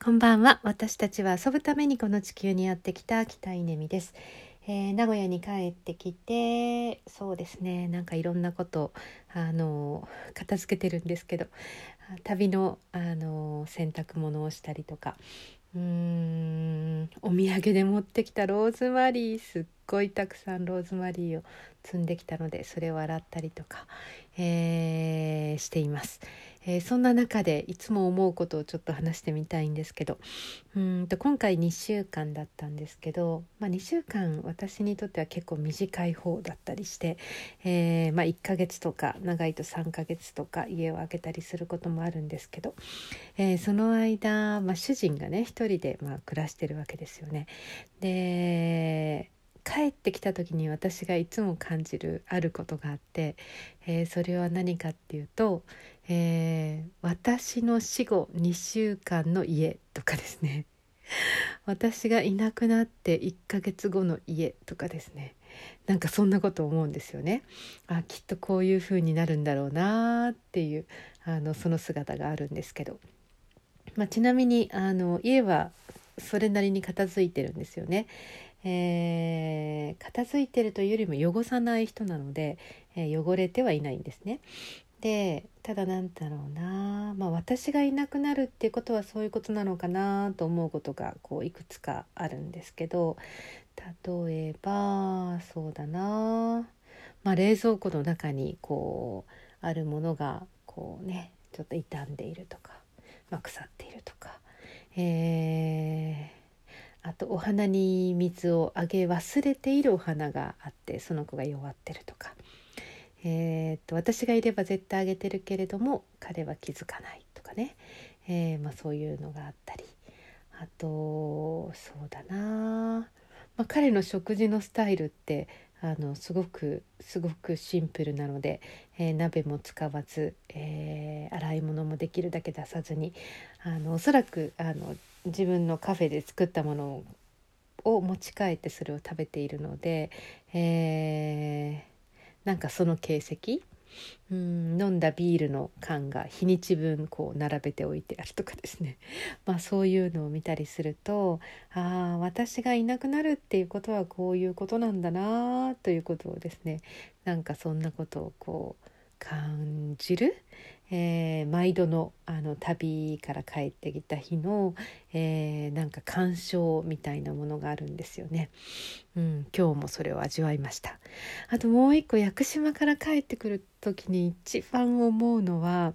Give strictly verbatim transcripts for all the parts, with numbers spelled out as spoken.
こんばんは。私たちは遊ぶためにこの地球にやってきた北稲美です、えー、名古屋に帰ってきて、そうですね、なんかいろんなことあの片付けてるんですけど、旅のあの洗濯物をしたりとか、うーんお土産で持ってきたローズマリー、すっごいたくさんローズマリーを積んできたので、それを洗ったりとか、えーしています。えーそんな中でいつも思うことをちょっと話してみたいんですけど、うーんと今回にしゅうかんだったんですけど、まあ、にしゅうかん私にとっては結構短い方だったりして、えーまあ、いっかげつとか長いとさんかげつとか家を空けたりすることもあるんですけど、えーその間、まあ、主人がね一人でまあ暮らしてるわけですよね。で帰ってきた時に私がいつも感じるあることがあって、えーそれは何かっていうと、えー私の死後にしゅうかんの家とかですね、私がいなくなっていっかげつごの家とかですね、なんかそんなこと思うんですよね。あ、きっとこういう風になるんだろうなっていう、あのその姿があるんですけど、まあ、ちなみにあの家はそれなりに片付いてるんですよね。えー片付いてるというよりも汚さない人なので、えー汚れてはいないんですね。でただなんだろうな、まあ、私がいなくなるっていうことはそういうことなのかなと思うことがこういくつかあるんですけど、例えばそうだな、まあ、冷蔵庫の中にこうあるものがこうねちょっと傷んでいるとか、まあ、腐っているとか、えーあとお花に水をあげ忘れているお花があって、その子が弱ってるとか、えー、と私がいれば絶対あげてるけれども彼は気づかないとかね、えーまあ、そういうのがあったり、あとそうだな、まあ、彼の食事のスタイルってあのすごくすごくシンプルなので、えー鍋も使わず、えー洗い物もできるだけ出さずに、あのおそらくあの自分のカフェで作ったものを持ち帰ってそれを食べているので、えーなんかその形跡、うん飲んだビールの缶が日にち分こう並べておいてあるとかですねまあそういうのを見たりすると、ああ私がいなくなるっていうことはこういうことなんだなということをですね、なんかそんなことをこう感じる、えー毎度のあの旅から帰ってきた日の、えーなんか感傷みたいなものがあるんですよね。うん、今日もそれを味わいました。あともう一個、屋久島から帰ってくる時に一番思うのは、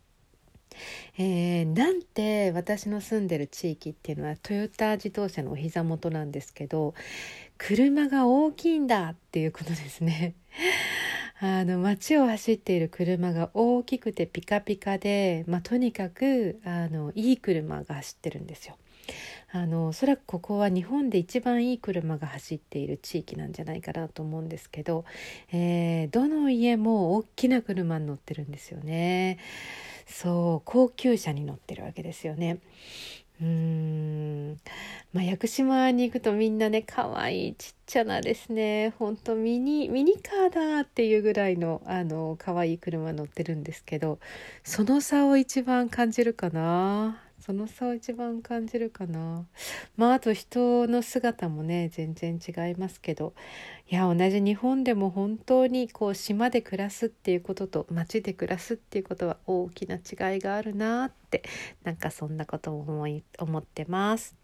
えーなんて私の住んでる地域っていうのはトヨタ自動車のお膝元なんですけど、車が大きいんだっていうことですね。あの街を走っている車が大きくてピカピカで、まあ、とにかくあのいい車が走ってるんですよ。あのおそらくここは日本で一番いい車が走っている地域なんじゃないかなと思うんですけど、えーどの家も大きな車に乗ってるんですよね。そう高級車に乗ってるわけですよね。うーんまあ、屋久島に行くとみんなね可愛いちっちゃなですね、本当ミニミニカーだっていうぐらいのあの可愛い車乗ってるんですけど、その差を一番感じるかなその差を一番感じるかな。まああと人の姿もね全然違いますけど、いや同じ日本でも本当にこう島で暮らすっていうことと町で暮らすっていうことは大きな違いがあるなって、なんかそんなことを思い思ってます。